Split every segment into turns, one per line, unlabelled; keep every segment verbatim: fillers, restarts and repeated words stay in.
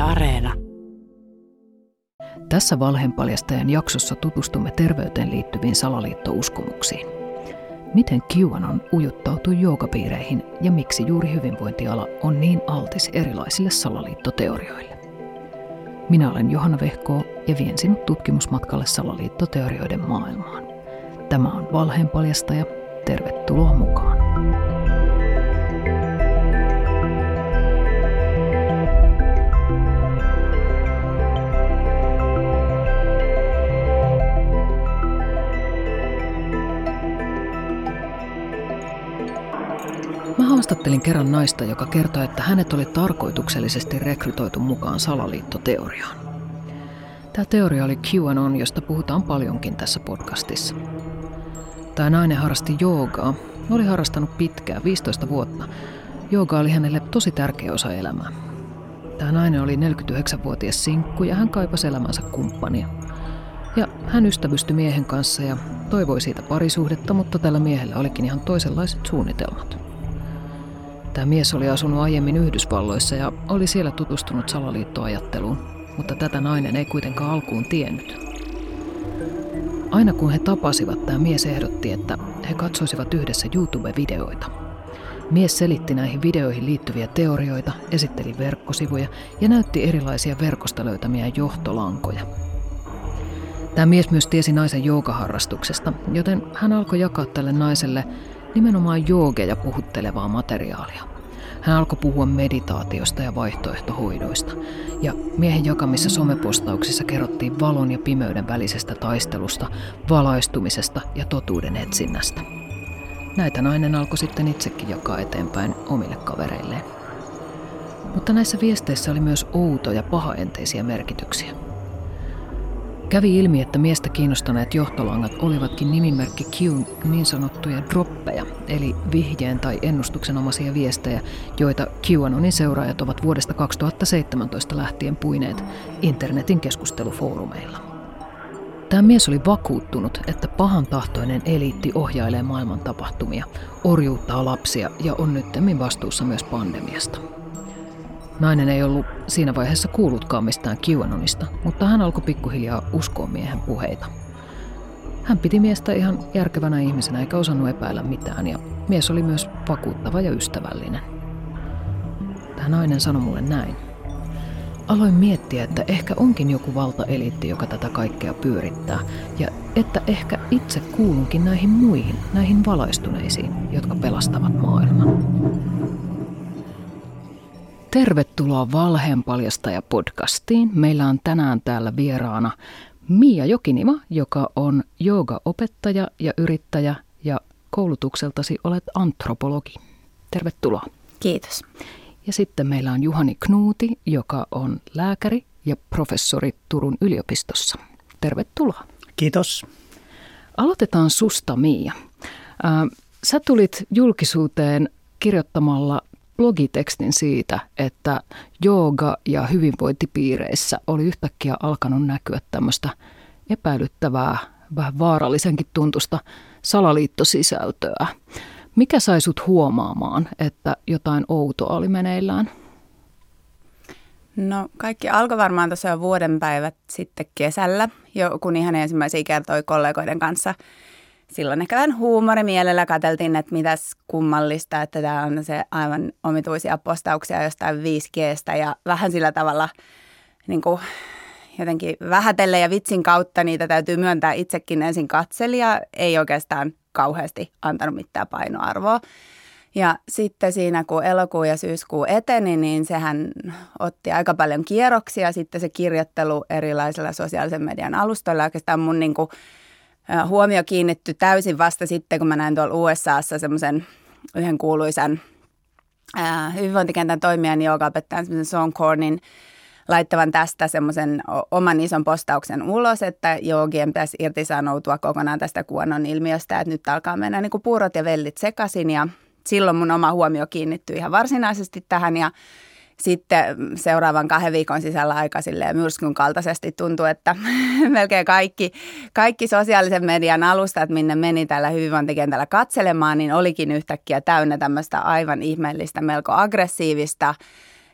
Areena.
Tässä Valheenpaljastajan jaksossa tutustumme terveyteen liittyviin salaliittouskomuksiin. Miten QAnon ujuttautui joogapiireihin ja miksi juuri hyvinvointiala on niin altis erilaisille salaliittoteorioille. Minä olen Johanna Vehkoo ja vien sinut tutkimusmatkalle salaliittoteorioiden maailmaan. Tämä on Valheenpaljastaja. Tervetuloa mukaan. Mä haastattelin kerran naista, joka kertoi, että hänet oli tarkoituksellisesti rekrytoitu mukaan salaliittoteoriaan. Tämä teoria oli QAnon, josta puhutaan paljonkin tässä podcastissa. Tämä nainen harrasti joogaa, oli harrastanut pitkään, viisitoista vuotta. Jooga oli hänelle tosi tärkeä osa elämää. Tämä nainen oli neljäkymmentäyhdeksänvuotias sinkku ja hän kaipasi elämänsä kumppania. Ja hän ystävystyi miehen kanssa ja toivoi siitä parisuhdetta, mutta tällä miehellä olikin ihan toisenlaiset suunnitelmat. Tämä mies oli asunut aiemmin Yhdysvalloissa ja oli siellä tutustunut salaliittoajatteluun, mutta tätä nainen ei kuitenkaan alkuun tiennyt. Aina kun he tapasivat, tämä mies ehdotti, että he katsoisivat yhdessä YouTube-videoita. Mies selitti näihin videoihin liittyviä teorioita, esitteli verkkosivuja ja näytti erilaisia verkosta löytämiä johtolankoja. Tämä mies myös tiesi naisen joogaharrastuksesta, joten hän alkoi jakaa tälle naiselle nimenomaan joogeja puhuttelevaa materiaalia. Hän alkoi puhua meditaatiosta ja vaihtoehtohoidoista. Ja miehen jakamissa somepostauksissa kerrottiin valon ja pimeyden välisestä taistelusta, valaistumisesta ja totuuden etsinnästä. Näitä nainen alkoi sitten itsekin jakaa eteenpäin omille kavereilleen. Mutta näissä viesteissä oli myös outoja pahaenteisiä merkityksiä. Kävi ilmi, että miestä kiinnostaneet johtolangat olivatkin nimimerkki Qn niin sanottuja droppeja, eli vihjeen tai ennustuksenomaisia viestejä, joita QAnonin seuraajat ovat vuodesta kaksituhattaseitsemäntoista lähtien puineet internetin keskustelufoorumeilla. Tämä mies oli vakuuttunut, että pahantahtoinen eliitti ohjailee maailman tapahtumia, orjuuttaa lapsia ja on nyttemmin vastuussa myös pandemiasta. Nainen ei ollut siinä vaiheessa kuullutkaan mistään QAnonista, mutta hän alkoi pikkuhiljaa uskoa miehen puheita. Hän piti miestä ihan järkevänä ihmisenä eikä osannut epäillä mitään ja mies oli myös vakuuttava ja ystävällinen. Tämä nainen sanoi mulle näin. Aloin miettiä, että ehkä onkin joku valtaeliitti, joka tätä kaikkea pyörittää ja että ehkä itse kuulunkin näihin muihin, näihin valaistuneisiin, jotka pelastavat maailman. Tervetuloa Valheenpaljastaja-podcastiin. Meillä on tänään täällä vieraana Mia Jokinima, joka on joogaopettaja ja yrittäjä ja koulutukseltasi olet antropologi. Tervetuloa.
Kiitos.
Ja sitten meillä on Juhani Knuuti, joka on lääkäri ja professori Turun yliopistossa. Tervetuloa.
Kiitos.
Aloitetaan susta, Mia. Sä tulit julkisuuteen kirjoittamalla blogitekstin siitä, että jooga- ja hyvinvointipiireissä oli yhtäkkiä alkanut näkyä tämmöistä epäilyttävää, vähän vaarallisenkin tuntusta salaliittosisältöä. Mikä sai sut huomaamaan, että jotain outoa oli meneillään?
No kaikki alkoi varmaan tuossa jo vuoden päivät sitten kesällä, jo kun ihan ensimmäisiä kertoi kollegoiden kanssa. Silloin ehkä vähän huumorimielellä katseltiin, että mitäs kummallista, että tämä on se aivan omituisia postauksia jostain viisi G:stä ja vähän sillä tavalla niin kuin jotenkin vähätellen ja vitsin kautta niitä täytyy myöntää itsekin ensin katselija, ei oikeastaan kauheasti antanut mitään painoarvoa. Ja sitten siinä kun elokuu ja syyskuu eteni, niin sehän otti aika paljon kierroksia. Sitten se kirjoittelu erilaisilla sosiaalisen median alustoilla oikeastaan mun niin kuin huomio kiinnittyi täysin vasta sitten, kun mä näin tuolla U S A:ssa semmoisen yhden kuuluisan ää, hyvinvointikentän toimijan joogaopettajan semmoisen Sean Cornin laittavan tästä semmoisen oman ison postauksen ulos, että joogien pitäisi irtisanoutua kokonaan tästä QAnon ilmiöstä, että nyt alkaa mennä niin kuin puurot ja vellit sekaisin ja silloin mun oma huomio kiinnittyi ihan varsinaisesti tähän ja sitten seuraavan kahden viikon sisällä aika silleen myrskyn kaltaisesti tuntui, että melkein kaikki, kaikki sosiaalisen median alustat, minne meni tällä hyvinvointikentällä katselemaan, niin olikin yhtäkkiä täynnä tämmöistä aivan ihmeellistä, melko aggressiivista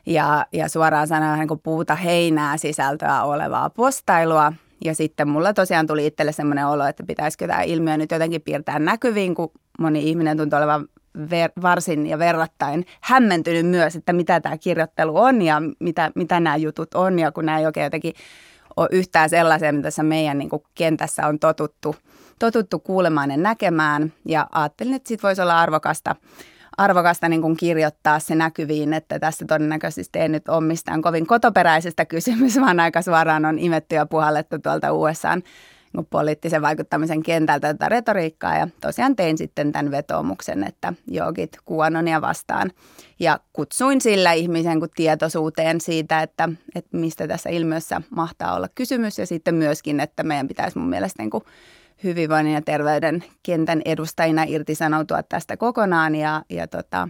ja, ja suoraan sanoen niin kuin puuta heinää sisältöä olevaa postailua. Ja sitten mulla tosiaan tuli itselle semmoinen olo, että pitäisikö tämä ilmiö nyt jotenkin piirtää näkyviin, kun moni ihminen tuntuu olevan ver- varsin ja verrattain hämmentynyt myös, että mitä tämä kirjoittelu on ja mitä, mitä nämä jutut on. Ja kun nämä ei oikein jotenkin ole yhtään sellaisia, mitä tässä meidän niin kuin kentässä on totuttu, totuttu kuulemaan ja näkemään. Ja ajattelin, että siitä voisi olla arvokasta. arvokasta niin kuin kirjoittaa se näkyviin, että tässä todennäköisesti ei nyt ole mistään kovin kotoperäisestä kysymys, vaan aika suoraan on imetty ja puhallettu tuolta U S A:n niin poliittisen vaikuttamisen kentältä tätä retoriikkaa. Ja tosiaan tein sitten tämän vetoomuksen, että joogit QAnonia vastaan. Ja kutsuin sillä ihmisen kuin tietoisuuteen siitä, että, että mistä tässä ilmiössä mahtaa olla kysymys. Ja sitten myöskin, että meidän pitäisi mun mielestä niin kuin hyvinvoinnin ja terveyden kentän edustajina irtisanoutua tästä kokonaan ja, ja tota,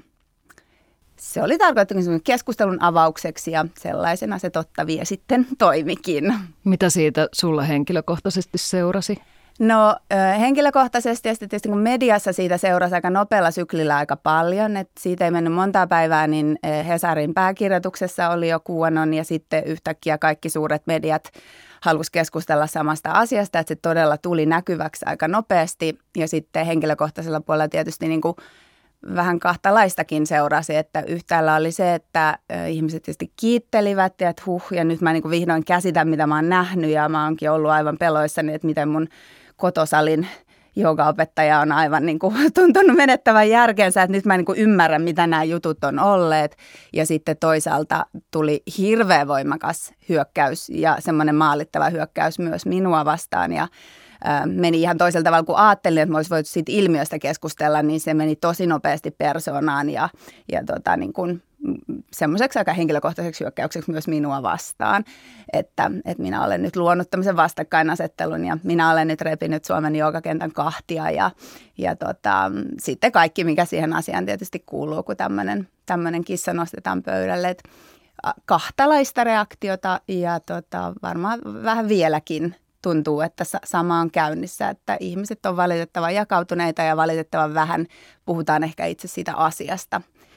se oli tarkoitettu keskustelun avaukseksi ja sellaisena se totta vie sitten toimikin.
Mitä siitä sulla henkilökohtaisesti seurasi?
No henkilökohtaisesti ja sitten tietysti kun mediassa siitä seurasi aika nopealla syklillä aika paljon, että siitä ei mennyt montaa päivää, niin Hesarin pääkirjoituksessa oli jo QAnon ja sitten yhtäkkiä kaikki suuret mediat halusi keskustella samasta asiasta, että se todella tuli näkyväksi aika nopeasti ja sitten henkilökohtaisella puolella tietysti niin kuin vähän kahtalaistakin seurasi, että yhtäällä oli se, että ihmiset tietysti kiittelivät ja että huh ja nyt mä niin kuin vihdoin käsitän mitä mä oon nähnyt ja mä oonkin ollut aivan peloissani, että miten mun kotosalin joogaopettaja on aivan niin kuin tuntunut menettävän järkeensä, että nyt mä niin kuin ymmärrän, mitä nämä jutut on olleet. Ja sitten toisaalta tuli hirveän voimakas hyökkäys ja semmoinen maalittava hyökkäys myös minua vastaan. Ja äh, meni ihan toisella tavalla, kun ajattelin, että mä olisi voitu siitä ilmiöstä keskustella, niin se meni tosi nopeasti persoonaan ja, ja tota, niin kuin semmoiseksi aika henkilökohtaiseksi hyökkäykseksi myös minua vastaan, että, että minä olen nyt luonut tämmöisen vastakkainasettelun ja minä olen nyt repinyt Suomen joogakentän kahtia ja, ja tota, sitten kaikki, mikä siihen asiaan tietysti kuuluu, kun tämmöinen, tämmöinen kissa nostetaan pöydälle, että kahtalaista reaktiota ja tota, varmaan vähän vieläkin tuntuu, että sama on käynnissä, että ihmiset on valitettavan jakautuneita ja valitettavan vähän puhutaan ehkä itse siitä asiasta.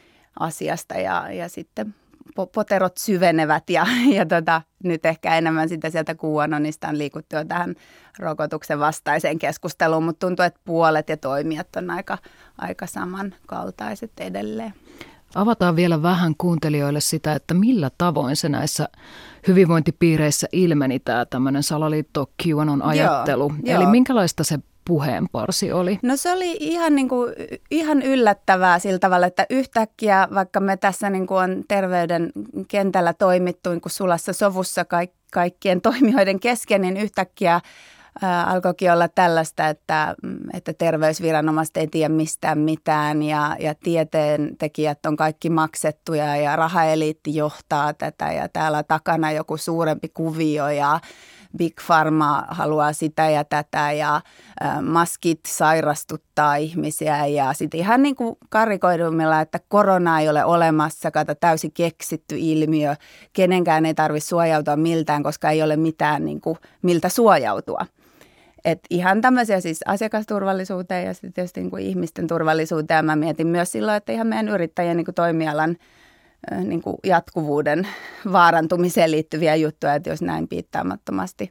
asiasta ja, ja sitten poterot syvenevät ja, ja tota, nyt ehkä enemmän sitten sieltä QAnonista on liikuttu jo tähän rokotuksen vastaiseen keskusteluun, mutta tuntuu, että puolet ja toimijat on aika, aika samankaltaiset edelleen.
Avataan vielä vähän kuuntelijoille sitä, että millä tavoin se näissä hyvinvointipiireissä ilmeni tämä tämmöinen salaliitto QAnon ajattelu. Joo, Eli joo. minkälaista se puheenparsi oli?
No se oli ihan, niin kuin, ihan yllättävää sillä tavalla, että yhtäkkiä vaikka me tässä niin kuin on terveyden kentällä toimittu niin kuin sulassa sovussa kaik, kaikkien toimijoiden kesken, niin yhtäkkiä ää, alkoikin olla tällaista, että, että terveysviranomaiset ei tiedä mistään mitään ja, ja tieteentekijät on kaikki maksettuja ja rahaeliitti johtaa tätä ja täällä takana joku suurempi kuvio ja Big Pharma haluaa sitä ja tätä ja ä, maskit sairastuttaa ihmisiä ja sitten ihan niin kuin karikoidummilla, että korona ei ole olemassa, kato täysin keksitty ilmiö, kenenkään ei tarvitse suojautua miltään, koska ei ole mitään niin kuin, miltä suojautua. Et ihan tämmöisiä siis asiakasturvallisuuteen ja sitten tietysti niin kuin ihmisten turvallisuuteen ja mä mietin myös silloin, että ihan meidän yrittäjien niin kuin toimialan niin kuin jatkuvuuden vaarantumiseen liittyviä juttuja, että jos näin piittaamattomasti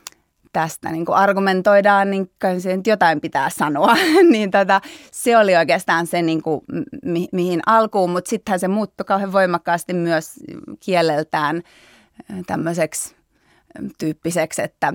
tästä niin kuin argumentoidaan, niin kai se nyt jotain pitää sanoa. niin tota, se oli oikeastaan se, niin kuin, mi- mihin alkuun, mutta sittenhän se muuttui kauhean voimakkaasti myös kieleltään tämmöiseksi tyyppiseksi, että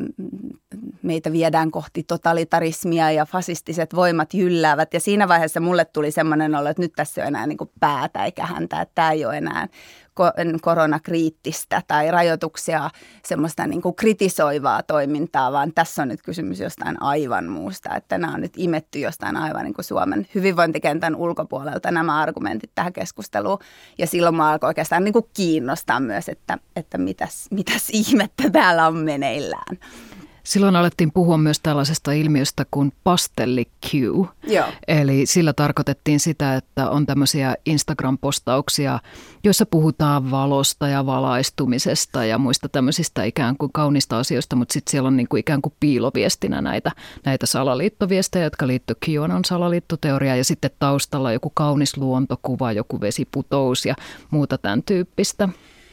meitä viedään kohti totalitarismia ja fasistiset voimat jylläävät. Ja siinä vaiheessa mulle tuli semmoinen olo, että nyt tässä ei ole enää niin kuin päätä eikä häntä, että tämä ei ole enää koronakriittistä tai rajoituksia, semmoista niin kuin kritisoivaa toimintaa, vaan tässä on nyt kysymys jostain aivan muusta, että nämä on nyt imetty jostain aivan niin kuin Suomen hyvinvointikentän ulkopuolelta nämä argumentit tähän keskusteluun. Ja silloin mä alkoi oikeastaan niin kuin kiinnostaa myös, että, että mitäs, mitäs ihmettä täällä on meneillään.
Silloin alettiin puhua myös tällaisesta ilmiöstä kuin pastelli-Q.
Joo.
Eli sillä tarkoitettiin sitä, että on tämmöisiä Instagram-postauksia, joissa puhutaan valosta ja valaistumisesta ja muista tämmöisistä ikään kuin kaunista asioista, mutta sitten siellä on niin kuin ikään kuin piiloviestinä näitä, näitä salaliittoviestejä, jotka liittyy QAnon salaliittoteoriaan ja sitten taustalla joku kaunis luontokuva, joku vesiputous ja muuta tämän tyyppistä.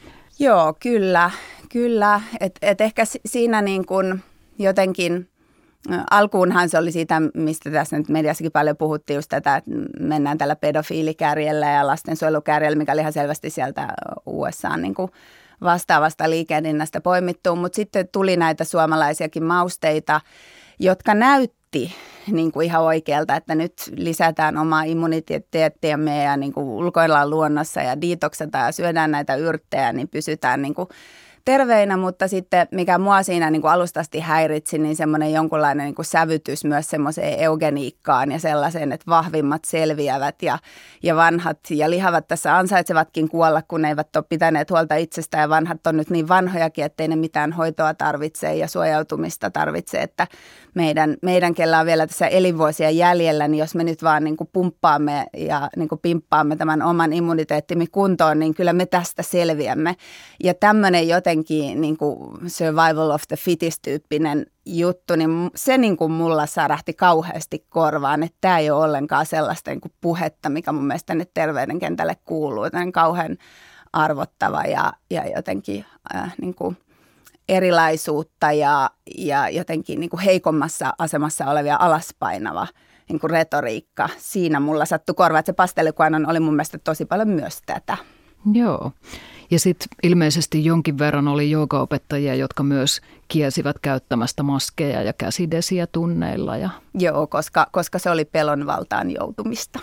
Joo, kyllä. Kyllä. Et, et ehkä siinä niin kuin jotenkin alkuunhan se oli siitä, mistä tässä nyt mediassakin paljon puhuttiin, just tätä, että mennään tällä pedofiilikärjellä ja lastensuojelukärjellä, mikä oli ihan selvästi sieltä U S A niin kuin vastaavasta liikehdinnästä poimittua. Mutta sitten tuli näitä suomalaisiakin mausteita, jotka näytti niin kuin ihan oikealta, että nyt lisätään omaa immuniteettiamme ja niin kuin ulkoillaan luonnossa ja diitoksetaan ja syödään näitä yrttejä, niin pysytään niin kuin terveinä, mutta sitten mikä mua siinä niin kuin alustasti häiritsi, niin semmoinen jonkunlainen niin kuin sävytys myös semmoiseen eugeniikkaan ja sellaiseen, että vahvimmat selviävät ja, ja vanhat ja lihavat tässä ansaitsevatkin kuolla, kun eivät ole pitäneet huolta itsestään ja vanhat on nyt niin vanhojakin, ettei ne mitään hoitoa tarvitse ja suojautumista tarvitse, että meidän, meidän kellä on vielä tässä elinvuosia jäljellä, niin jos me nyt vaan niin kuin pumppaamme ja niin kuin pimppaamme tämän oman immuniteettimme kuntoon, niin kyllä me tästä selviämme. Ja tämmöinen jotenkin niin kuin survival of the fittest-tyyppinen juttu, niin se niin kuin mulla särähti kauheasti korvaan, että tämä ei ole ollenkaan sellaista niin kuin puhetta, mikä mun mielestä tänne terveydenkentälle kuuluu. Tämä on kauhean arvottava ja, ja jotenkin äh, niin kuin erilaisuutta ja, ja jotenkin niin kuin heikommassa asemassa olevia alaspainava niin kuin retoriikka. Siinä mulla sattui korva, että se pastellikuanon oli mun mielestä tosi paljon myös tätä.
Joo. Ja sitten ilmeisesti jonkin verran oli joogaopettajia, jotka myös kielsivät käyttämästä maskeja ja käsidesiä tunneilla. Ja...
Joo, koska, koska se oli pelon valtaan joutumista.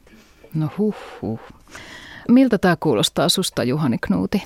No huh huh. Miltä tämä kuulostaa susta, Juhani Knuuti?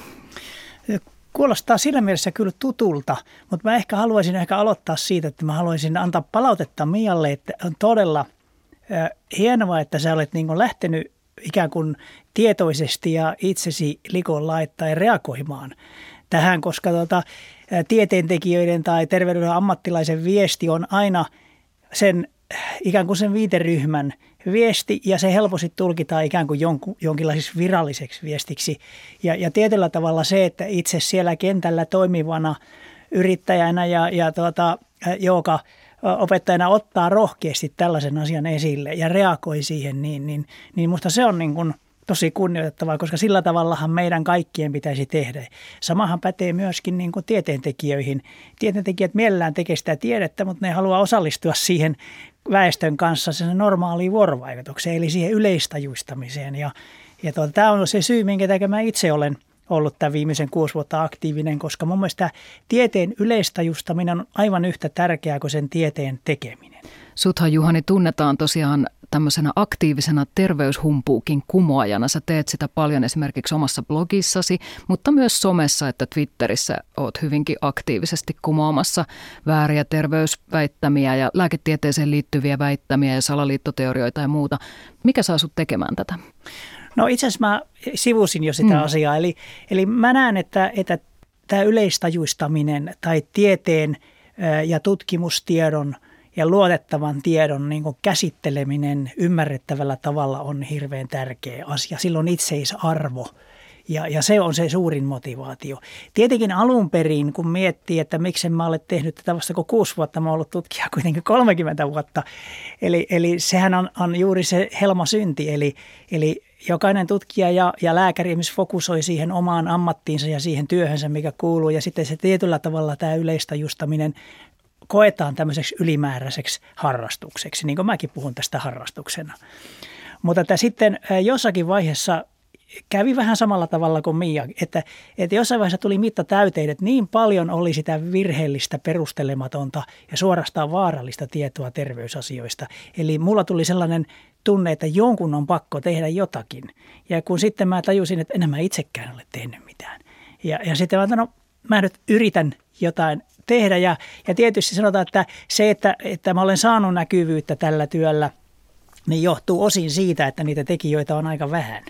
Kuulostaa siinä mielessä kyllä tutulta, mutta mä ehkä haluaisin ehkä aloittaa siitä, että mä haluaisin antaa palautetta Mialle, että on todella äh, hienoa, että sä olet niin kuin lähtenyt ikään kuin tietoisesti ja itsesi likoon laittaen reagoimaan tähän, koska tuota, tieteentekijöiden tai terveydenhuollon ammattilaisen viesti on aina sen ikään kuin sen viiteryhmän viesti ja se helposti tulkitaan ikään kuin jonkin, jonkinlaiseksi viralliseksi viestiksi. Ja, ja tietyllä tavalla se, että itse siellä kentällä toimivana yrittäjänä ja, ja tuota, joka opettajana ottaa rohkeasti tällaisen asian esille ja reagoi siihen, niin, niin, niin musta se on niin kuin tosi kunnioitettavaa, koska sillä tavallahan meidän kaikkien pitäisi tehdä. Samahan pätee myöskin niin kuin tieteentekijöihin. Tieteentekijät mielellään tekee sitä tiedettä, mutta ne haluaa osallistua siihen väestön kanssa sen normaaliin vuorovaikutukseen, eli siihen yleistajuistamiseen. Ja, ja tuota, tämä on se syy, minkä takia mä itse olen ollut tämän viimeisen kuusi vuotta aktiivinen, koska mun mielestä tieteen yleistajustaminen on aivan yhtä tärkeää kuin sen tieteen tekeminen.
Suthan, Juhani, tunnetaan tosiaan tämmöisenä aktiivisena terveyshumpuukin kumoajana. Sä teet sitä paljon esimerkiksi omassa blogissasi, mutta myös somessa, että Twitterissä oot hyvinkin aktiivisesti kumoamassa vääriä terveysväittämiä ja lääketieteeseen liittyviä väittämiä ja salaliittoteorioita ja muuta. Mikä saa sut tekemään tätä?
No itse asiassa mä sivusin jo sitä mm. asiaa, eli, eli mä näen, että, että tämä yleistajuistaminen tai tieteen ja tutkimustiedon ja luotettavan tiedon niin kuin käsitteleminen ymmärrettävällä tavalla on hirveän tärkeä asia. Sillä on itseisarvo ja, ja se on se suurin motivaatio. Tietenkin alun perin, kun miettii, että miksi mä olen tehnyt tätä vasta kuin kuusi vuotta, mä oon ollut tutkija kuitenkin kolmekymmentä vuotta. Eli, eli sehän on, on juuri se helmasynti, eli, eli jokainen tutkija ja, ja lääkäri esimerkiksi fokusoi siihen omaan ammattiinsa ja siihen työhönsä, mikä kuuluu. Ja sitten se tietyllä tavalla tämä yleistajustaminen koetaan tämmöiseksi ylimääräiseksi harrastukseksi, niin kuin mäkin puhun tästä harrastuksena. Mutta että sitten jossakin vaiheessa kävi vähän samalla tavalla kuin Mia, että, että jossain vaiheessa tuli mitta täyteen, että niin paljon oli sitä virheellistä, perustelematonta ja suorastaan vaarallista tietoa terveysasioista. Eli mulla tuli sellainen tunne, että jonkun on pakko tehdä jotakin. Ja kun sitten mä tajusin, että enää mä itsekään ole tehnyt mitään. Ja, ja sitten mä no, mä nyt yritän jotain tehdä. Ja, ja tietysti sanotaan, että se, että, että mä olen saanut näkyvyyttä tällä työllä, niin johtuu osin siitä, että niitä tekijöitä on aika vähän.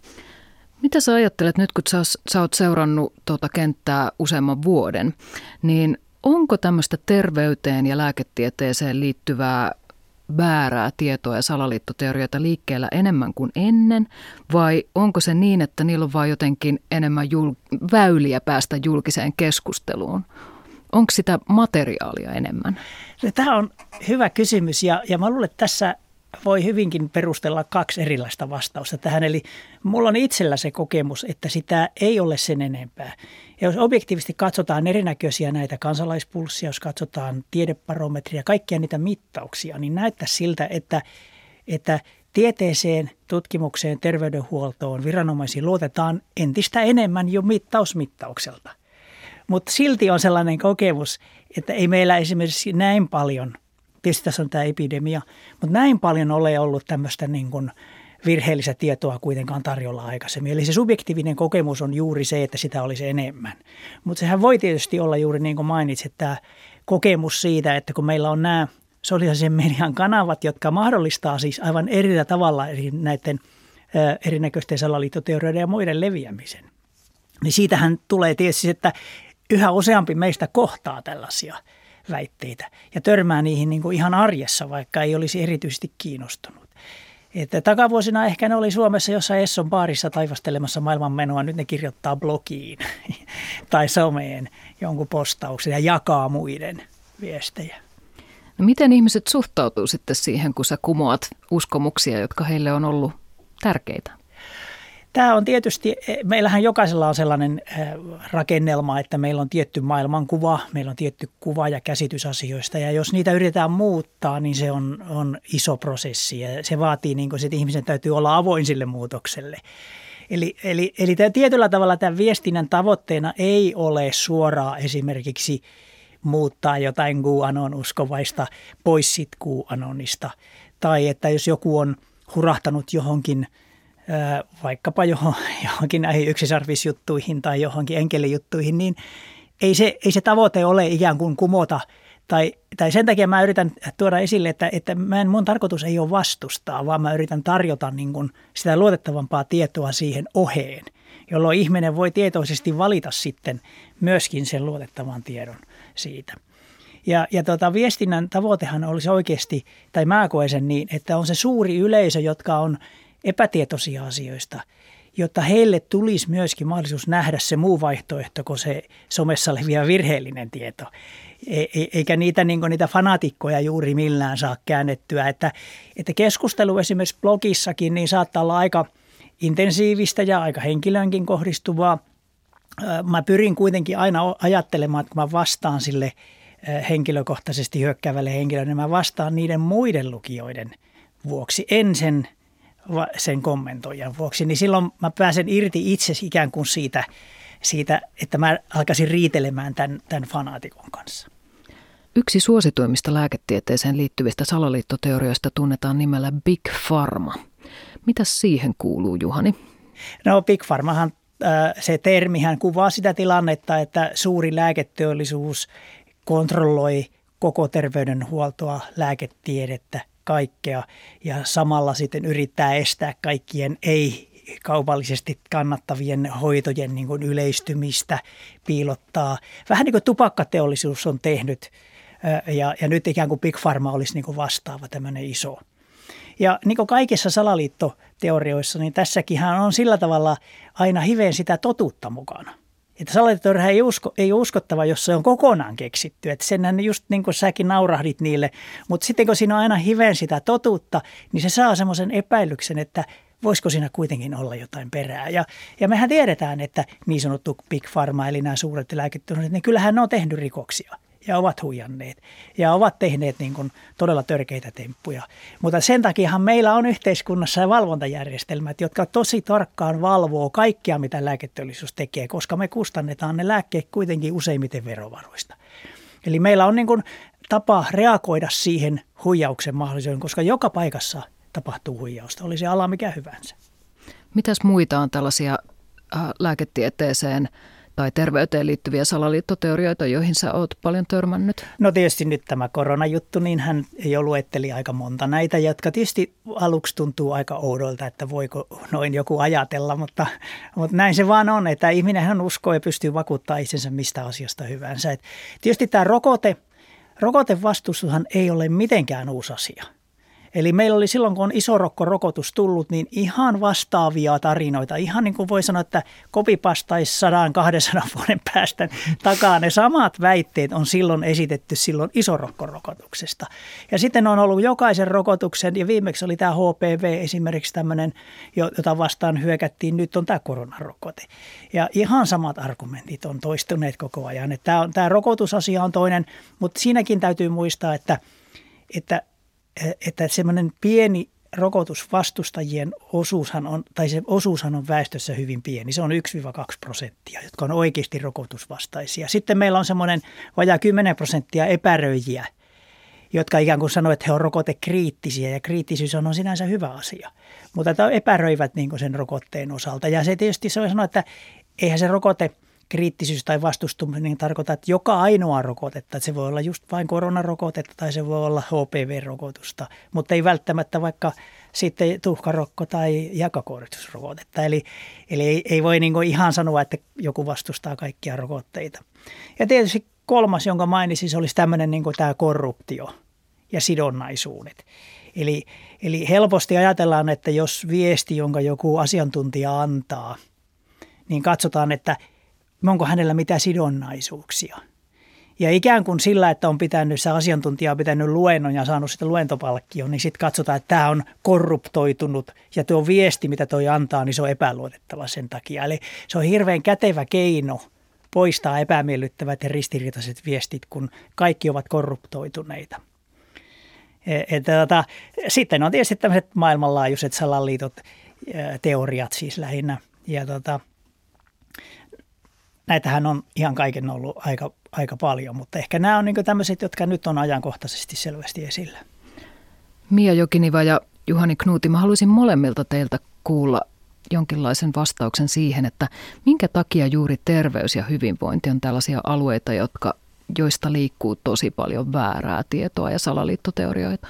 Mitä sä ajattelet nyt, kun sä, sä oot seurannut tuota kenttää useamman vuoden, niin onko tämmöistä terveyteen ja lääketieteeseen liittyvää väärää tietoa ja salaliittoteorioita liikkeellä enemmän kuin ennen, vai onko se niin, että niillä on vain jotenkin enemmän jul- väyliä päästä julkiseen keskusteluun? Onko sitä materiaalia enemmän?
Tämä on hyvä kysymys ja, ja mä luulen, että tässä voi hyvinkin perustella kaksi erilaista vastausta tähän. Eli mulla on itsellä se kokemus, että sitä ei ole sen enempää. Ja jos objektiivisesti katsotaan erinäköisiä näitä kansalaispulssia, jos katsotaan tiedebarometria, kaikkia niitä mittauksia, niin näyttää siltä, että, että tieteeseen, tutkimukseen, terveydenhuoltoon, viranomaisiin luotetaan entistä enemmän jo mittausmittaukselta. Mutta silti on sellainen kokemus, että ei meillä esimerkiksi näin paljon, tietysti tässä on tämä epidemia, mutta näin paljon ole ollut tämmöistä niin kuin virheellistä tietoa kuitenkaan tarjolla aikaisemmin. Eli se subjektiivinen kokemus on juuri se, että sitä olisi enemmän. Mutta sehän voi tietysti olla juuri niin kuin mainitsit, tämä kokemus siitä, että kun meillä on nämä sosiaalisen median kanavat, jotka mahdollistaa siis aivan eri tavalla eri näiden ä, erinäköisten salaliittoteorioiden ja muiden leviämisen. Niin siitähän tulee tietysti, että yhä useampi meistä kohtaa tällaisia väitteitä ja törmää niihin niin kuin ihan arjessa, vaikka ei olisi erityisesti kiinnostunut. Että takavuosina ehkä ne oli Suomessa jossain Esson baarissa taivastelemassa maailmanmenoa, nyt ne kirjoittaa blogiin tai someen jonkun postauksen ja jakaa muiden viestejä.
No miten ihmiset suhtautuu sitten siihen, kun sä kumoat uskomuksia, jotka heille on ollut tärkeitä?
Tämä on tietysti, meillähän jokaisella on sellainen rakennelma, että meillä on tietty maailmankuva, meillä on tietty kuva ja käsitys asioista. Ja jos niitä yritetään muuttaa, niin se on, on iso prosessi ja se vaatii, niin kuin, että ihmisen täytyy olla avoin sille muutokselle. Eli, eli, eli tämä tietyllä tavalla tämän viestinnän tavoitteena ei ole suoraan esimerkiksi muuttaa jotain QAnon uskovaista pois sit QAnonista. Tai että jos joku on hurahtanut johonkin vaikkapa johonkin näihin yksisarvisjuttuihin tai johonkin enkelijuttuihin, niin ei se, ei se tavoite ole ikään kuin kumota. Tai, tai sen takia mä yritän tuoda esille, että, että mä en, mun tarkoitus ei ole vastustaa, vaan mä yritän tarjota niin kuin sitä luotettavampaa tietoa siihen oheen, jolloin ihminen voi tietoisesti valita sitten myöskin sen luotettavan tiedon siitä. Ja, ja tota, viestinnän tavoitehan olisi oikeasti, tai mä koen sen niin, että on se suuri yleisö, jotka on epätietoisia asioista, jotta heille tulisi myöskin mahdollisuus nähdä se muu vaihtoehto kuin se somessa leviä virheellinen tieto. E- eikä niitä, niin kuin niitä fanaatikkoja juuri millään saa käännettyä. Että, että keskustelu esimerkiksi blogissakin niin saattaa olla aika intensiivistä ja aika henkilöönkin kohdistuvaa. Mä pyrin kuitenkin aina ajattelemaan, että kun mä vastaan sille henkilökohtaisesti hyökkäävälle henkilölle, niin mä vastaan niiden muiden lukijoiden vuoksi, en sen sen kommentoijan vuoksi, niin silloin mä pääsen irti itse ikään kuin siitä, siitä että mä alkaisin riitelemään tämän, tämän fanaatikon kanssa.
Yksi suosituimmista lääketieteeseen liittyvistä salaliittoteorioista tunnetaan nimellä Big Pharma. Mitäs siihen kuuluu, Juhani?
No Big Pharmahan, se termihän kuvaa sitä tilannetta, että suuri lääketeollisuus kontrolloi koko terveydenhuoltoa, lääketiedettä, kaikkea ja samalla sitten yrittää estää kaikkien ei-kaupallisesti kannattavien hoitojen niin kuin yleistymistä, piilottaa. Vähän niin kuin tupakkateollisuus on tehnyt ja, ja nyt ikään kuin Big Pharma olisi niin kuin vastaava tämmöinen iso. Ja niin kuin kaikissa salaliittoteorioissa, niin tässäkinhän on sillä tavalla aina hiveen sitä totuutta mukana. Että salaliittoteoria ei, usko, ei ole uskottava, jos se on kokonaan keksitty. Että senhän just niin kuin säkin naurahdit niille. Mutta sitten kun siinä on aina hiveen sitä totuutta, niin se saa semmoisen epäilyksen, että voisiko siinä kuitenkin olla jotain perää. Ja, ja mehän tiedetään, että niin sanottu Big Pharma, eli nämä suuret lääketeollisuudet, niin kyllähän ne on tehnyt rikoksia ja ovat huijanneet ja ovat tehneet niin kuin todella törkeitä temppuja. Mutta sen takiahan meillä on yhteiskunnassa valvontajärjestelmät, jotka tosi tarkkaan valvoo kaikkea, mitä lääketeollisuus tekee, koska me kustannetaan ne lääkkeet kuitenkin useimmiten verovaroista. Eli meillä on niin kuin tapa reagoida siihen huijauksen mahdollisuuteen, koska joka paikassa tapahtuu huijausta, oli se ala mikä hyvänsä.
Mitäs muita on tällaisia äh, lääketieteeseen tai terveyteen liittyviä salaliittoteorioita, joihin sä oot paljon törmännyt?
No tietysti nyt tämä koronajuttu, niin hän jo luetteli aika monta näitä, jotka tietysti aluksi tuntuu aika oudolta, että voiko noin joku ajatella, mutta, mutta näin se vaan on, että ihminenhän uskoo ja pystyy vakuuttamaan itsensä mistä asiasta hyvänsä. Et tietysti tämä rokote, rokotevastustushan ei ole mitenkään uusi asia. Eli meillä oli silloin, kun on isorokkorokotus tullut, niin ihan vastaavia tarinoita. Ihan niin kuin voi sanoa, että kopipastaisi sadan, kahdensadan vuoden päästä takaa. Ne samat väitteet on silloin esitetty silloin isorokkorokotuksesta. Ja sitten on ollut jokaisen rokotuksen, ja viimeksi oli tämä H P V esimerkiksi tämmöinen, jota vastaan hyökättiin, nyt on tämä koronarokote. Ja ihan samat argumentit on toistuneet koko ajan. Että tämä, on, tämä rokotusasia on toinen, mutta siinäkin täytyy muistaa, että, että että semmoinen pieni rokotusvastustajien osuushan on, tai se osuushan on väestössä hyvin pieni. Se on yksi kaksi prosenttia, jotka on oikeasti rokotusvastaisia. Sitten meillä on semmoinen vajaa kymmenen prosenttia epäröijiä, jotka ikään kuin sanoo, että he on rokotekriittisiä, ja kriittisyys on, on sinänsä hyvä asia. Mutta että epäröivät niin kuin sen rokotteen osalta. Ja se tietysti se on sanoa, että eihän se rokote kriittisyys tai vastustuminen niin tarkoittaa, että joka ainoa rokotetta, että se voi olla just vain koronarokotetta tai se voi olla H P V-rokotusta, mutta ei välttämättä vaikka sitten tuhkarokko tai jakakooritusrokotetta. Eli, eli ei, ei voi niin kuin ihan sanoa, että joku vastustaa kaikkia rokotteita. Ja tietysti kolmas, jonka mainisin, olisi tämmöinen niin kuin tämä korruptio ja sidonnaisuudet. Eli, eli helposti ajatellaan, että jos viesti, jonka joku asiantuntija antaa, niin katsotaan, että onko hänellä mitään sidonnaisuuksia. Ja ikään kuin sillä, että on pitänyt, se asiantuntija on pitänyt luennon ja saanut sitä luentopalkkion, niin sitten katsotaan, että tämä on korruptoitunut ja tuo viesti, mitä toi antaa, niin se on epäluotettava sen takia. Eli se on hirveän kätevä keino poistaa epämiellyttävät ja ristiriitaiset viestit, kun kaikki ovat korruptoituneita. Että, tota, sitten on tietysti tämmöiset maailmanlaajuiset salaliitot, teoriat siis lähinnä. Ja tota, näitähän on ihan kaiken ollut aika, aika paljon, mutta ehkä nämä on niin kuin tämmöiset, jotka nyt on ajankohtaisesti selvästi esillä.
Mia Jokiniva ja Juhani Knuutti, mä haluaisin molemmilta teiltä kuulla jonkinlaisen vastauksen siihen, että minkä takia juuri terveys ja hyvinvointi on tällaisia alueita, jotka, joista liikkuu tosi paljon väärää tietoa ja salaliittoteorioita?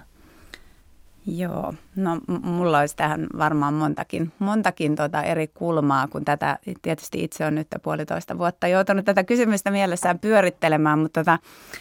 Joo, no mulla olisi tähän varmaan montakin, montakin tota eri kulmaa, kun tätä tietysti itse on nyt puolitoista vuotta joutunut tätä kysymystä mielessään pyörittelemään, mutta tota,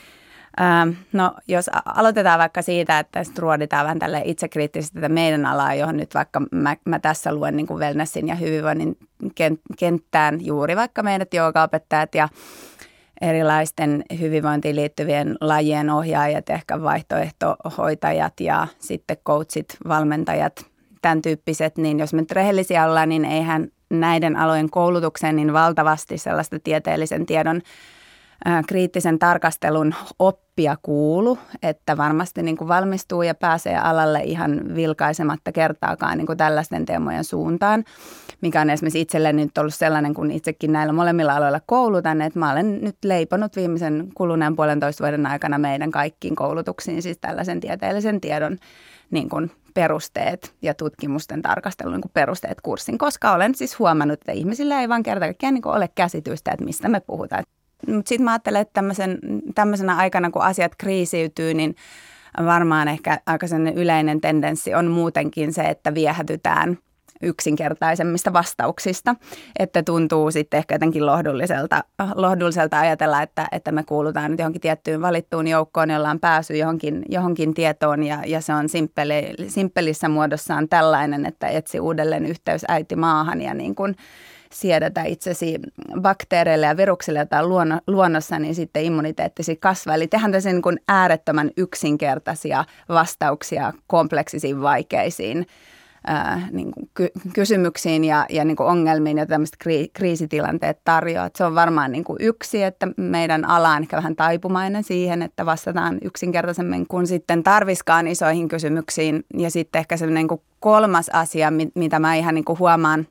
ää, no jos aloitetaan vaikka siitä, että ruoditaan vähän tälle itsekriittisesti tätä meidän alaa, johon nyt vaikka mä, mä tässä luen niin kuin wellnessin ja hyvinvoinnin kenttään juuri vaikka meidät joogaopettajat ja erilaisten hyvinvointiin liittyvien lajien ohjaajat, ehkä vaihtoehtohoitajat ja sitten coachit, valmentajat, tämän tyyppiset, niin jos me nyt rehellisiä ollaan, niin eihän näiden alojen koulutukseen niin valtavasti sellaista tieteellisen tiedon ää, kriittisen tarkastelun oppia kuulu, että varmasti niin kuin valmistuu ja pääsee alalle ihan vilkaisematta kertaakaan niin kuin tällaisten teemojen suuntaan, mikä on esimerkiksi itselleni nyt ollut sellainen, kun itsekin näillä molemmilla aloilla koulutan, että mä olen nyt leiponut viimeisen kuluneen puolentoista vuoden aikana meidän kaikkiin koulutuksiin siis tällaisen tieteellisen tiedon niin kuin perusteet ja tutkimusten tarkastelun niin kuin perusteet kurssin, koska olen siis huomannut, että ihmisillä ei vaan kerta kaikkiaan niin kuin ole käsitystä, että mistä me puhutaan. Mutta sitten mä ajattelen, että tämmöisen, tämmöisenä aikana, kun asiat kriisiytyy, niin varmaan ehkä aika sellainen yleinen tendenssi on muutenkin se, että viehätytään yksinkertaisemmista vastauksista, että tuntuu sitten ehkä jotenkin lohdulliselta, lohdulliselta ajatella, että, että me kuulutaan nyt johonkin tiettyyn valittuun joukkoon, jolla on pääsy johonkin, johonkin tietoon ja, ja se on simppeli, simppelissä muodossaan tällainen, että etsi uudelleen yhteys äiti maahan ja niin kuin siedätä itsesi bakteereille ja viruksille, joita on luonno, luonnossa, niin sitten immuniteettisi kasvaa. Eli tehdään tässä niin kuin äärettömän yksinkertaisia vastauksia kompleksisiin, vaikeisiin ää, niin kuin ky- kysymyksiin ja, ja niin kuin ongelmiin, joita tämmöiset kri- kriisitilanteet tarjoaa. Se on varmaan niin kuin yksi, että meidän ala on ehkä vähän taipumainen siihen, että vastataan yksinkertaisemmin kuin sitten tarviskaan isoihin kysymyksiin. Ja sitten ehkä semmoinen niin kuin kolmas asia, mitä mä ihan niin kuin huomaan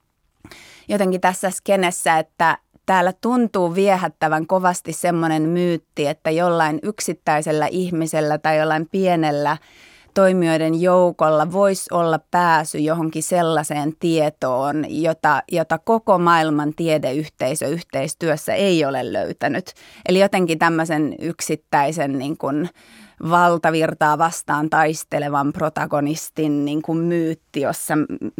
jotenkin tässä skenessä, että täällä tuntuu viehättävän kovasti semmoinen myytti, että jollain yksittäisellä ihmisellä tai jollain pienellä toimijoiden joukolla voisi olla pääsy johonkin sellaiseen tietoon, jota, jota koko maailman tiedeyhteisö yhteistyössä ei ole löytänyt. Eli jotenkin tämmöisen yksittäisen niin kuin valtavirtaa vastaan taistelevan protagonistin niin kuin myytti, jossa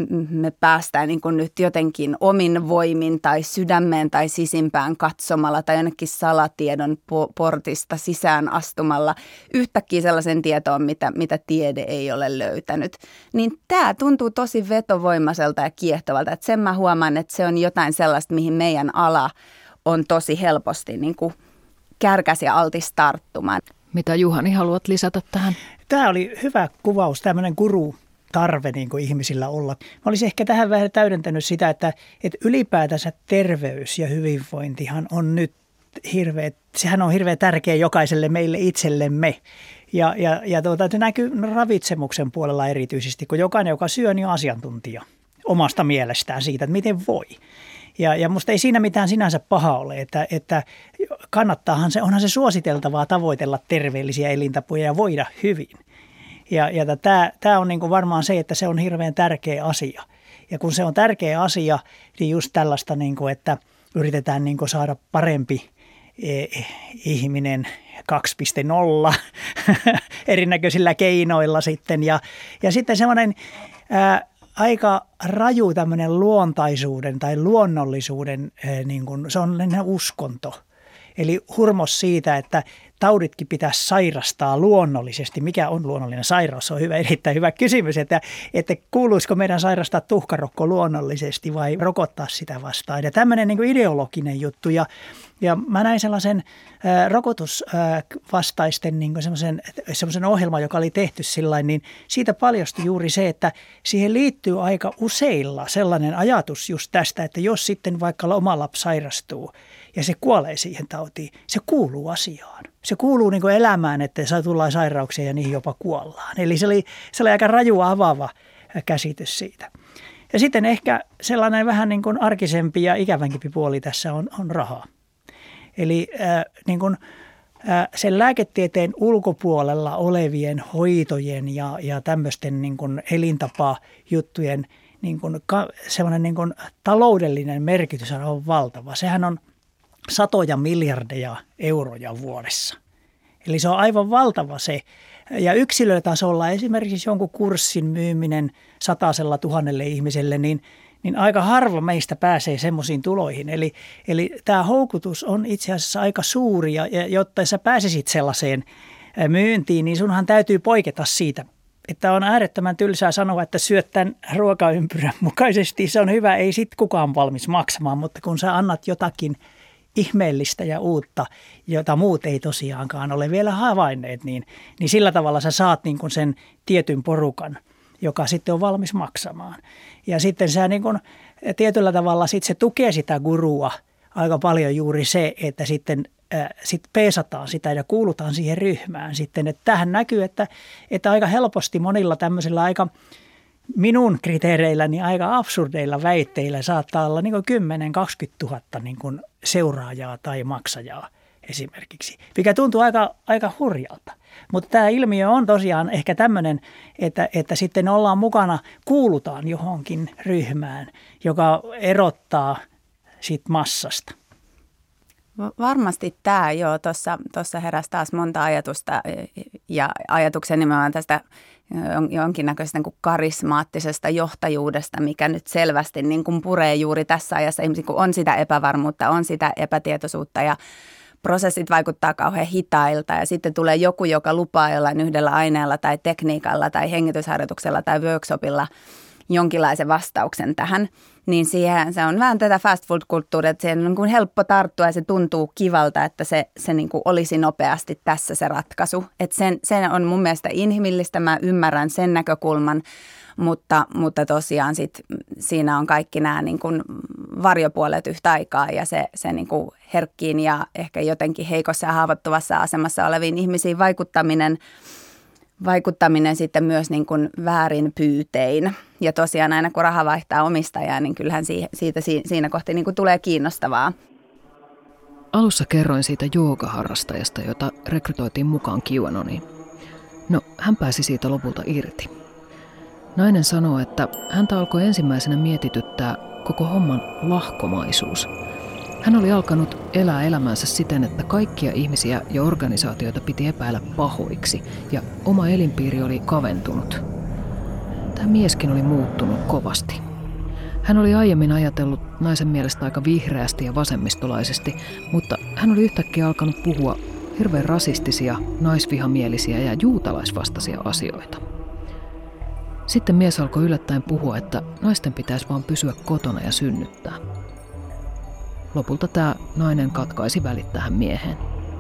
me päästään niin kuin nyt jotenkin omin voimin tai sydämeen tai sisimpään katsomalla tai jonnekin salatiedon portista sisään astumalla yhtäkkiä sellaisen tietoon, mitä, mitä tiede ei ole löytänyt. Niin tämä tuntuu tosi vetovoimaiselta ja kiehtovalta, että sen mä huomaan, että se on jotain sellaista, mihin meidän ala on tosi helposti niin kuin kärkäs ja altis tarttumaan.
Mitä Juhani haluat lisätä tähän?
Tämä oli hyvä kuvaus, tämmöinen guru-tarve niin kuin ihmisillä olla. Mä olisin ehkä tähän vähän täydentänyt sitä, että, että ylipäätänsä terveys ja hyvinvointihan on nyt hirveä, sehän on hirveän tärkeä jokaiselle meille itsellemme. Ja, ja, ja tuota, se näkyy ravitsemuksen puolella erityisesti, kun jokainen, joka syö, niin on asiantuntija omasta mielestään siitä, että miten voi. Ja, ja musta ei siinä mitään sinänsä paha ole, että, että kannattaahan se, onhan se suositeltavaa tavoitella terveellisiä elintapoja ja voida hyvin. Ja, ja tämä, tämä on niin kuin varmaan se, että se on hirveän tärkeä asia. Ja kun se on tärkeä asia, niin just tällaista, niin kuin, että yritetään niin kuin saada parempi eh, ihminen kaksi piste nolla erinäköisillä keinoilla sitten. Ja, ja sitten semmoinen ää, aika raju tämmöinen luontaisuuden tai luonnollisuuden, niin kuin, se on uskonto. Eli hurmos siitä, että tauditkin pitäisi sairastaa luonnollisesti. Mikä on luonnollinen sairaus? Se on hyvä, erittäin hyvä kysymys, että, että kuuluisiko meidän sairastaa tuhkarokko luonnollisesti vai rokottaa sitä vastaan. Ja tämmöinen niin kuin ideologinen juttu. Ja, ja mä näin sellaisen ää, rokotusvastaisten niin kuin semmoisen, semmoisen ohjelman, joka oli tehty sillain, niin siitä paljastui juuri se, että siihen liittyy aika useilla sellainen ajatus just tästä, että jos sitten vaikka oma lapsi sairastuu ja se kuolee siihen tautiin, se kuuluu asiaan. Se kuuluu niin kuin elämään, että saa tulla sairauksia ja niihin jopa kuollaan. Eli se oli, se oli aika raju avaava käsitys siitä. Ja sitten ehkä sellainen vähän niin kuin arkisempi ja ikävänkipi puoli tässä on, on raha. Eli äh, niin kuin, äh, sen lääketieteen ulkopuolella olevien hoitojen ja, ja tämmöisten niin kuin elintapajuttujen niin kuin, ka, sellainen niin kuin taloudellinen merkitys on valtava. Sehän on satoja miljardeja euroja vuodessa. Eli se on aivan valtava se. Ja yksilötasolla esimerkiksi jonkun kurssin myyminen satasella tuhannelle ihmiselle, niin, niin aika harva meistä pääsee semmoisiin tuloihin. Eli, eli tämä houkutus on itse asiassa aika suuri, ja, ja jotta sä pääsisit sellaiseen myyntiin, niin sunhan täytyy poiketa siitä. Että on äärettömän tylsää sanoa, että syöt tämän ruokaympyrän mukaisesti. Se on hyvä, ei sit kukaan valmis maksamaan, mutta kun sä annat jotakin ihmeellistä ja uutta, jota muut ei tosiaankaan ole vielä havainneet, niin, niin sillä tavalla sä saat niin kuin sen tietyn porukan, joka sitten on valmis maksamaan. Ja sitten sä niin kuin tietyllä tavalla sit se tukee sitä gurua aika paljon juuri se, että sitten äh, sit peesataan sitä ja kuulutaan siihen ryhmään sitten. Että tähän näkyy, että, että aika helposti monilla tämmöisillä aika minun kriteereilläni aika absurdeilla väitteillä saattaa olla niin kuin kymmenen kaksikymmentä tuhatta niin kuin seuraajaa tai maksajaa esimerkiksi, mikä tuntuu aika, aika hurjalta. Mutta tämä ilmiö on tosiaan ehkä tämmöinen, että, että sitten ollaan mukana, kuulutaan johonkin ryhmään, joka erottaa sit massasta.
Varmasti tämä, joo, tuossa heräsi taas monta ajatusta ja ajatuksen nimenomaan tästä jonkinnäköisestä niin kuin karismaattisesta johtajuudesta, mikä nyt selvästi niin kuin puree juuri tässä ajassa. Ihmisiä, kun on sitä epävarmuutta, on sitä epätietoisuutta ja prosessit vaikuttaa kauhean hitailta ja sitten tulee joku, joka lupaa jollain yhdellä aineella tai tekniikalla tai hengitysharjoituksella tai workshopilla jonkinlaisen vastauksen tähän, niin siihen se on vähän tätä fast food-kulttuuria, että se on niin kuin helppo tarttua ja se tuntuu kivalta, että se, se niin kuin olisi nopeasti tässä se ratkaisu. Että sen, sen on mun mielestä inhimillistä, mä ymmärrän sen näkökulman, mutta, mutta tosiaan sit siinä on kaikki nämä niin kuin varjopuolet yhtä aikaa ja se, se niin kuin herkkiin ja ehkä jotenkin heikossa ja haavoittuvassa asemassa oleviin ihmisiin vaikuttaminen, vaikuttaminen sitten myös niin kuin väärin pyytein. Ja tosiaan aina kun raha vaihtaa omistajaa, niin kyllähän siitä siinä kohti niin kuin tulee kiinnostavaa.
Alussa kerroin siitä joogaharrastajasta, jota rekrytoitiin mukaan QAnoniin. No, hän pääsi siitä lopulta irti. Nainen sanoo, että häntä alkoi ensimmäisenä mietityttää koko homman lahkomaisuus. Hän oli alkanut elää elämänsä siten, että kaikkia ihmisiä ja organisaatioita piti epäillä pahoiksi ja oma elinpiiri oli kaventunut. Tämä mieskin oli muuttunut kovasti. Hän oli aiemmin ajatellut naisen mielestä aika vihreästi ja vasemmistolaisesti, mutta hän oli yhtäkkiä alkanut puhua hirveän rasistisia, naisvihamielisiä ja juutalaisvastaisia asioita. Sitten mies alkoi yllättäen puhua, että naisten pitäisi vaan pysyä kotona ja synnyttää. Lopulta tämä nainen katkaisi välit tähän mieheen.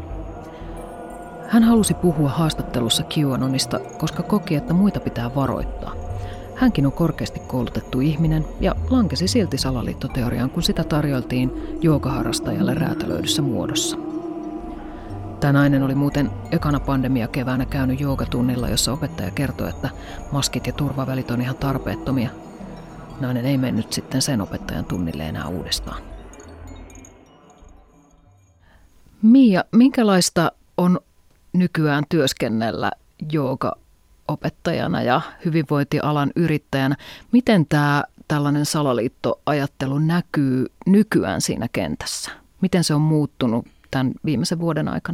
Hän halusi puhua haastattelussa QAnonista, koska koki, että muita pitää varoittaa. Hänkin on korkeasti koulutettu ihminen ja lankesi silti salaliittoteoriaan, kun sitä tarjoltiin joogaharrastajalle räätälöidyssä muodossa. Tämä nainen oli muuten ekana pandemiakeväänä käynyt joogatunnilla, jossa opettaja kertoi, että maskit ja turvavälit on ihan tarpeettomia. Nainen ei mennyt sitten sen opettajan tunnille enää uudestaan. Mia, minkälaista on nykyään työskennellä joogaopettajana ja hyvinvointialan yrittäjänä? Miten tämä tällainen salaliittoajattelu näkyy nykyään siinä kentässä? Miten se on muuttunut tämän viimeisen vuoden aikana?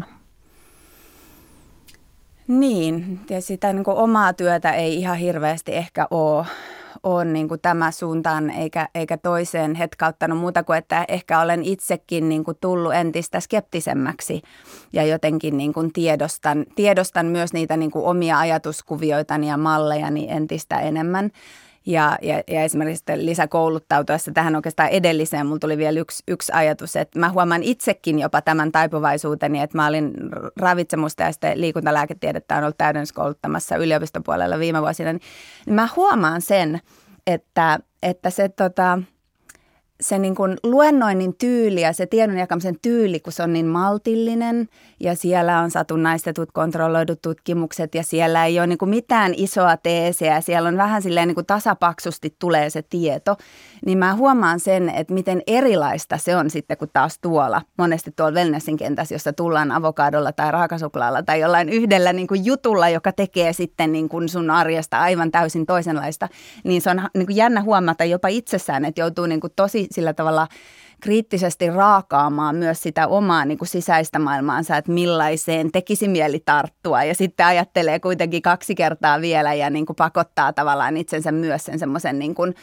Niin, ja sitä niin kuin omaa työtä ei ihan hirveästi ehkä ole, ole niin kuin tämä suuntaan eikä, eikä toiseen hetkauttanut muuta kuin, että ehkä olen itsekin niin kuin tullut entistä skeptisemmäksi ja jotenkin niin kuin tiedostan, tiedostan myös niitä niin kuin omia ajatuskuvioitani ja mallejani entistä enemmän. Ja, ja, ja esimerkiksi lisäkouluttautuessa tähän oikeastaan edelliseen mulla tuli vielä yksi, yksi ajatus, että mä huomaan itsekin jopa tämän taipuvaisuuteni, että mä olin ravitsemusta ja sitten liikuntalääketiedettä on ollut täydennyskouluttamassa yliopistopuolella viime vuosina, niin mä huomaan sen, että, että se tota... se niin kuin luennoinnin tyyli ja se tiedon jakamisen tyyli, kun se on niin maltillinen ja siellä on satunnaistetut kontrolloidut tutkimukset ja siellä ei ole niin kuin mitään isoa teesiä ja siellä on vähän silleen niin kuin tasapaksusti tulee se tieto, niin mä huomaan sen, että miten erilaista se on sitten kuin taas tuolla, monesti tuolla wellnessin kentässä, jossa tullaan avokadolla tai raakasuklaalla tai jollain yhdellä niin kuin jutulla, joka tekee sitten niin kuin sun arjesta aivan täysin toisenlaista, niin se on niin kuin jännä huomata jopa itsessään, että joutuu niin kuin tosi sillä tavalla kriittisesti raakaamaan myös sitä omaa niin kuin sisäistä maailmaansa, että millaiseen tekisi mieli tarttua. Ja sitten ajattelee kuitenkin kaksi kertaa vielä ja niin kuin pakottaa tavallaan itsensä myös sen semmoisen, niin kuin,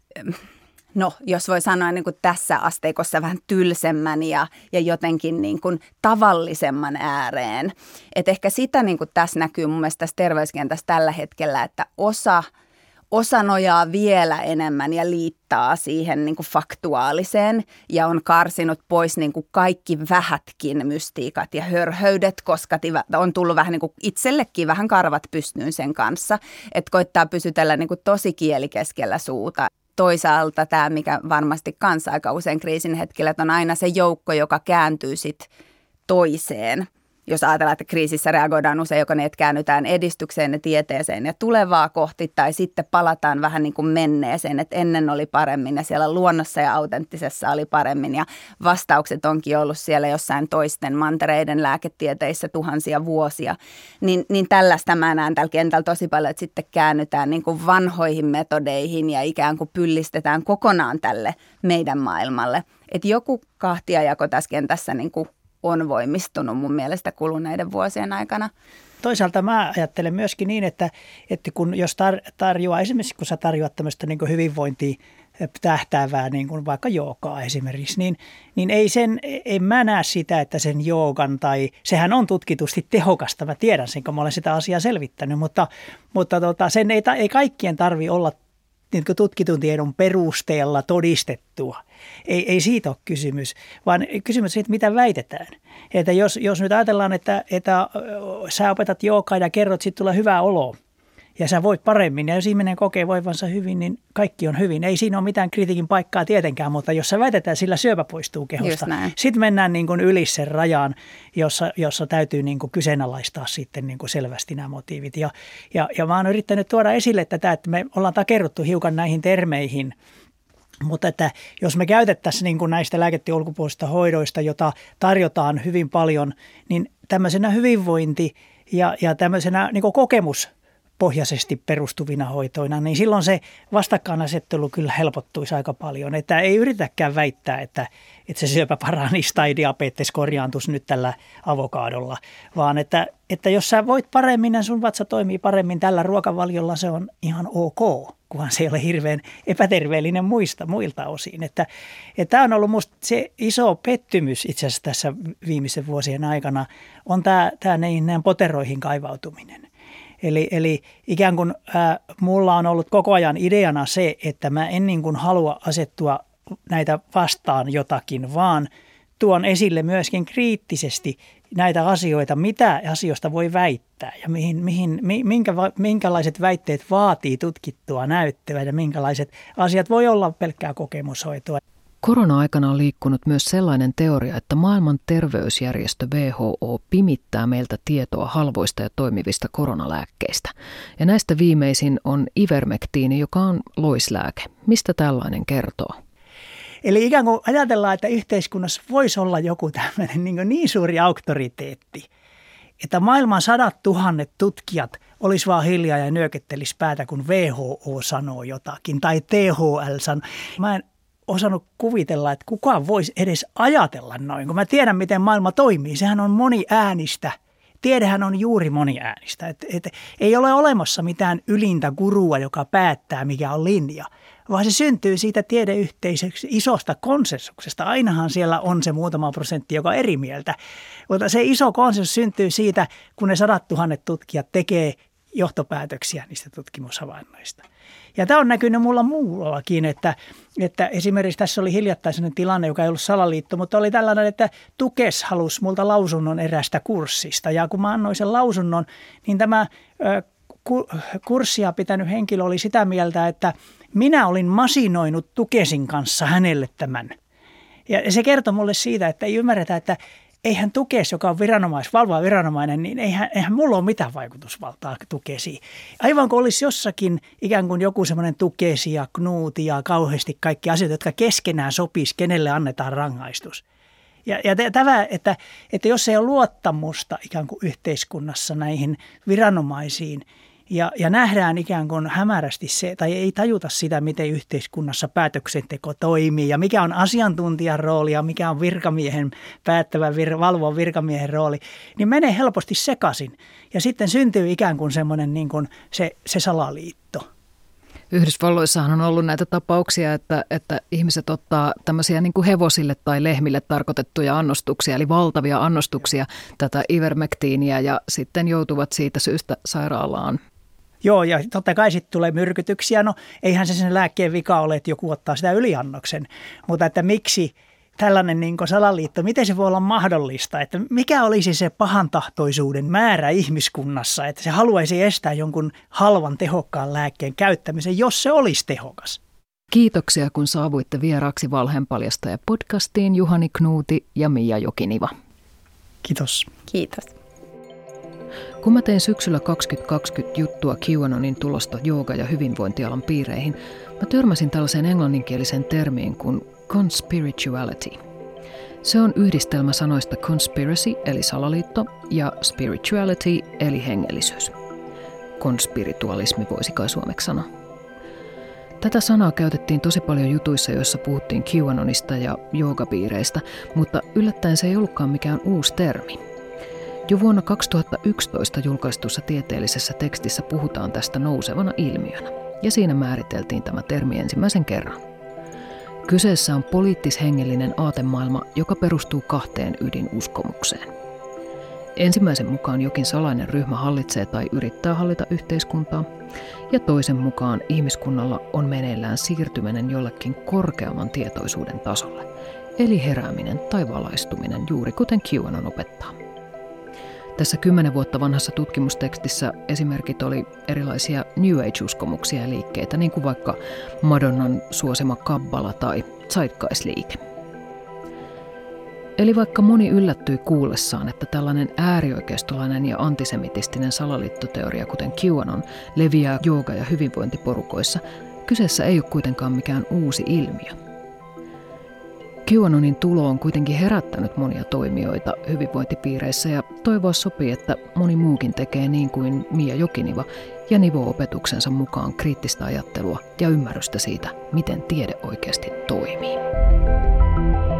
no jos voi sanoa niin kuin tässä asteikossa vähän tylsemmän ja, ja jotenkin niin kuin tavallisemman ääreen. Että ehkä sitä niin kuin tässä näkyy mun mielestä tässä terveyskentässä tällä hetkellä, että osa Osa nojaa vielä enemmän ja liittää siihen niin kuin faktuaaliseen ja on karsinut pois niin kuin kaikki vähätkin mystiikat ja hörhöydet, koska on tullut vähän niin kuin itsellekin vähän karvat pystyyn sen kanssa, että koittaa pysytellä niin kuin tosi kieli keskellä suuta. Toisaalta tämä, mikä varmasti kanssa aika usein kriisin hetkellä, että on aina se joukko, joka kääntyy sitten toiseen. Jos ajatellaan, että kriisissä reagoidaan usein joko niin, että käännytään edistykseen ja tieteeseen ja tulevaa kohti tai sitten palataan vähän niin kuin menneeseen, että ennen oli paremmin ja siellä luonnossa ja autenttisessa oli paremmin ja vastaukset onkin ollut siellä jossain toisten mantereiden lääketieteissä tuhansia vuosia. Niin, niin tällaista mä näen tällä kentällä tosi paljon, että sitten käännytään niin kuin vanhoihin metodeihin ja ikään kuin pyllistetään kokonaan tälle meidän maailmalle. Että joku kahtiajako tässä kentässä niin kuin on voimistunut mun mielestä kuluneiden vuosien aikana.
Toisaalta mä ajattelen myöskin niin, että, että kun jos tar- tarjoaa, esimerkiksi kun sä tarjoat tämmöistä niin kuin hyvinvointiin tähtäävää, niin kuin vaikka joogaa esimerkiksi, niin, niin ei sen, en mä näe sitä, että sen joogan tai, sehän on tutkitusti tehokasta, mä tiedän sen, kun mä olen sitä asiaa selvittänyt, mutta, mutta tota, sen ei, ei kaikkien tarvitse olla niin kuin tutkitun tiedon perusteella todistettua. Ei, ei siitä ole kysymys, vaan kysymys siitä, mitä väitetään. Että jos, jos nyt ajatellaan, että, että sä opetat joogaa ja kerrot, että tulee hyvä olo ja sä voit paremmin ja jos ihminen kokee voivansa hyvin, niin kaikki on hyvin. Ei siinä ole mitään kritiikin paikkaa tietenkään, mutta jos sä väitetään, sillä syöpä poistuu kehosta. Sitten mennään niin kuin yli sen rajan, jossa, jossa täytyy niin kuin kyseenalaistaa sitten niin kuin selvästi nämä motiivit. Ja, ja, ja mä oon yrittänyt tuoda esille tätä, että me ollaan takerruttu hiukan näihin termeihin. Mutta että jos me käytettäisiin niin kuin näistä lääketieteen ulkopuolisista hoidoista, jota tarjotaan hyvin paljon, niin tämmöisenä hyvinvointi- ja, ja tämmöisenä niin kuin kokemuspohjaisesti perustuvina hoitoina, niin silloin se vastakkainasettelu kyllä helpottuisi aika paljon. Että ei yritetäkään väittää, että, että se syöpä paranisi tai diabetes korjaantuisi nyt tällä avokaadolla, vaan että, että jos sä voit paremmin ja sun vatsa toimii paremmin tällä ruokavaliolla, se on ihan ok, kunhan se ei ole hirveän epäterveellinen muista, muilta osin. Että, että tämä on ollut musta se iso pettymys itse asiassa tässä viimeisen vuosien aikana, on tämä, tämä näihin poteroihin kaivautuminen. Eli, eli ikään kuin ää, mulla on ollut koko ajan ideana se, että mä en niin kuin halua asettua näitä vastaan jotakin, vaan tuon esille myöskin kriittisesti näitä asioita, mitä asioista voi väittää ja mihin, mihin, minkä, minkälaiset väitteet vaatii tutkittua näyttöä ja minkälaiset asiat voi olla pelkkää kokemushoitoa.
Korona-aikana on liikkunut myös sellainen teoria, että maailman terveysjärjestö W H O pimittää meiltä tietoa halvoista ja toimivista koronalääkkeistä. Ja näistä viimeisin on ivermektiini, joka on loislääke. Mistä tällainen kertoo?
Eli ikään kuin ajatellaan, että yhteiskunnassa voisi olla joku tämmöinen niin, niin suuri auktoriteetti, että maailman sadat tuhannet tutkijat olisi vaan hiljaa ja nyökyttelisi päätä, kun W H O sanoo jotakin tai T H L sanoo. Mä en osannut kuvitella, että kukaan voisi edes ajatella noin, kun mä tiedän, miten maailma toimii. Sehän on moniäänistä. Tiedehän on juuri moniäänistä. Et, et, ei ole olemassa mitään ylintä gurua, joka päättää, mikä on linja, vaan se syntyy siitä tiedeyhteisöksi isosta konsensuksesta. Ainahan siellä on se muutama prosentti, joka on eri mieltä. Mutta se iso konsensus syntyy siitä, kun ne sadat tuhannet tutkijat tekee johtopäätöksiä niistä tutkimushavainnoista. Ja tämä on näkynyt mulla muuallakin, että, että esimerkiksi tässä oli hiljattain sellainen tilanne, joka ei ollut salaliitto, mutta oli tällainen, että Tukes halusi multa lausunnon erästä kurssista. Ja kun mä annoin sen lausunnon, niin tämä ö, kurssia pitänyt henkilö oli sitä mieltä, että minä olin masinoinut Tukesin kanssa hänelle tämän. Ja se kertoi mulle siitä, että ei ymmärretä, että eihän Tukes, joka on viranomais, valvoa viranomainen, niin eihän, eihän mulla ole mitään vaikutusvaltaa Tukesiin. Aivan kuin olisi jossakin ikään kuin joku semmoinen Tukesi ja Knuuti ja kauheasti kaikki asiat, jotka keskenään sopisi, kenelle annetaan rangaistus. Ja, ja tämä, että, että jos ei ole luottamusta ikään kuin yhteiskunnassa näihin viranomaisiin, Ja, ja nähdään ikään kuin hämärästi se, tai ei tajuta sitä, miten yhteiskunnassa päätöksenteko toimii ja mikä on asiantuntijan rooli ja mikä on virkamiehen, päättävän vir, valvon virkamiehen rooli, niin menee helposti sekaisin. Ja sitten syntyy ikään kuin semmoinen niin kuin se, se salaliitto.
Yhdysvalloissahan on ollut näitä tapauksia, että, että ihmiset ottaa tämmöisiä niin kuin hevosille tai lehmille tarkoitettuja annostuksia, eli valtavia annostuksia, tätä ivermektiiniä, ja sitten joutuvat siitä syystä sairaalaan.
Joo, ja totta kai sitten tulee myrkytyksiä. No eihän se sen lääkkeen vika ole, että joku ottaa sitä yliannoksen, mutta että miksi tällainen niin kuin salaliitto, miten se voi olla mahdollista, että mikä olisi se pahantahtoisuuden määrä ihmiskunnassa, että se haluaisi estää jonkun halvan tehokkaan lääkkeen käyttämisen, jos se olisi tehokas.
Kiitoksia, kun saavuitte vieraaksi Valheenpaljastaja podcastiin, Juhani Knuuti ja Mia Jokiniva.
Kiitos.
Kiitos.
Kun mä tein syksyllä kaksituhattakaksikymmentä juttua QAnonin tulosta jooga- ja hyvinvointialan piireihin, mä törmäsin tällaiseen englanninkieliseen termiin kuin conspirituality. Se on yhdistelmä sanoista conspiracy eli salaliitto ja spirituality eli hengellisyys. Konspiritualismi voisi kai suomeksi sanoa. Tätä sanaa käytettiin tosi paljon jutuissa, joissa puhuttiin QAnonista ja joogapiireistä, mutta yllättäen se ei ollutkaan mikään uusi termi. Jo vuonna kaksituhattayksitoista julkaistussa tieteellisessä tekstissä puhutaan tästä nousevana ilmiönä, ja siinä määriteltiin tämä termi ensimmäisen kerran. Kyseessä on poliittis-hengellinen aatemaailma, joka perustuu kahteen ydinuskomukseen. Ensimmäisen mukaan jokin salainen ryhmä hallitsee tai yrittää hallita yhteiskuntaa, ja toisen mukaan ihmiskunnalla on meneillään siirtyminen jollekin korkeamman tietoisuuden tasolle, eli herääminen tai valaistuminen, juuri kuten QAnon opettaa. Tässä kymmenen vuotta vanhassa tutkimustekstissä esimerkit oli erilaisia New Age-uskomuksia ja liikkeitä, niin kuin vaikka Madonnan suosima kabbala tai zeitgeist-liike. Eli vaikka moni yllättyi kuullessaan, että tällainen äärioikeistolainen ja antisemitistinen salaliittoteoria, kuten QAnon, leviää jooga- ja hyvinvointiporukoissa, kyseessä ei ole kuitenkaan mikään uusi ilmiö. QAnonin tulo on kuitenkin herättänyt monia toimijoita hyvinvointipiireissä ja toivoa sopii, että moni muukin tekee niin kuin Mia Jokiniva ja nivoo opetuksensa mukaan kriittistä ajattelua ja ymmärrystä siitä, miten tiede oikeasti toimii.